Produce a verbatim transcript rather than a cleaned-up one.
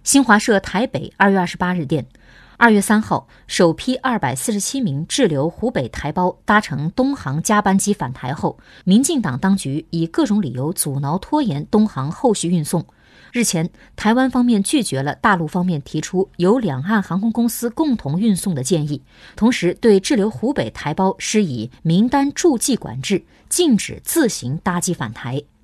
新华社台北二月二十八日电，二月三号，首批二百四十七名滞留湖北台胞搭乘东航加班机返台后，民进党当局以各种理由阻挠拖延东航后续运送。日前，台湾方面拒绝了大陆方面提出由两岸航空公司共同运送的建议，同时对滞留湖北台胞施以名单注记管制，禁止自行搭机返台。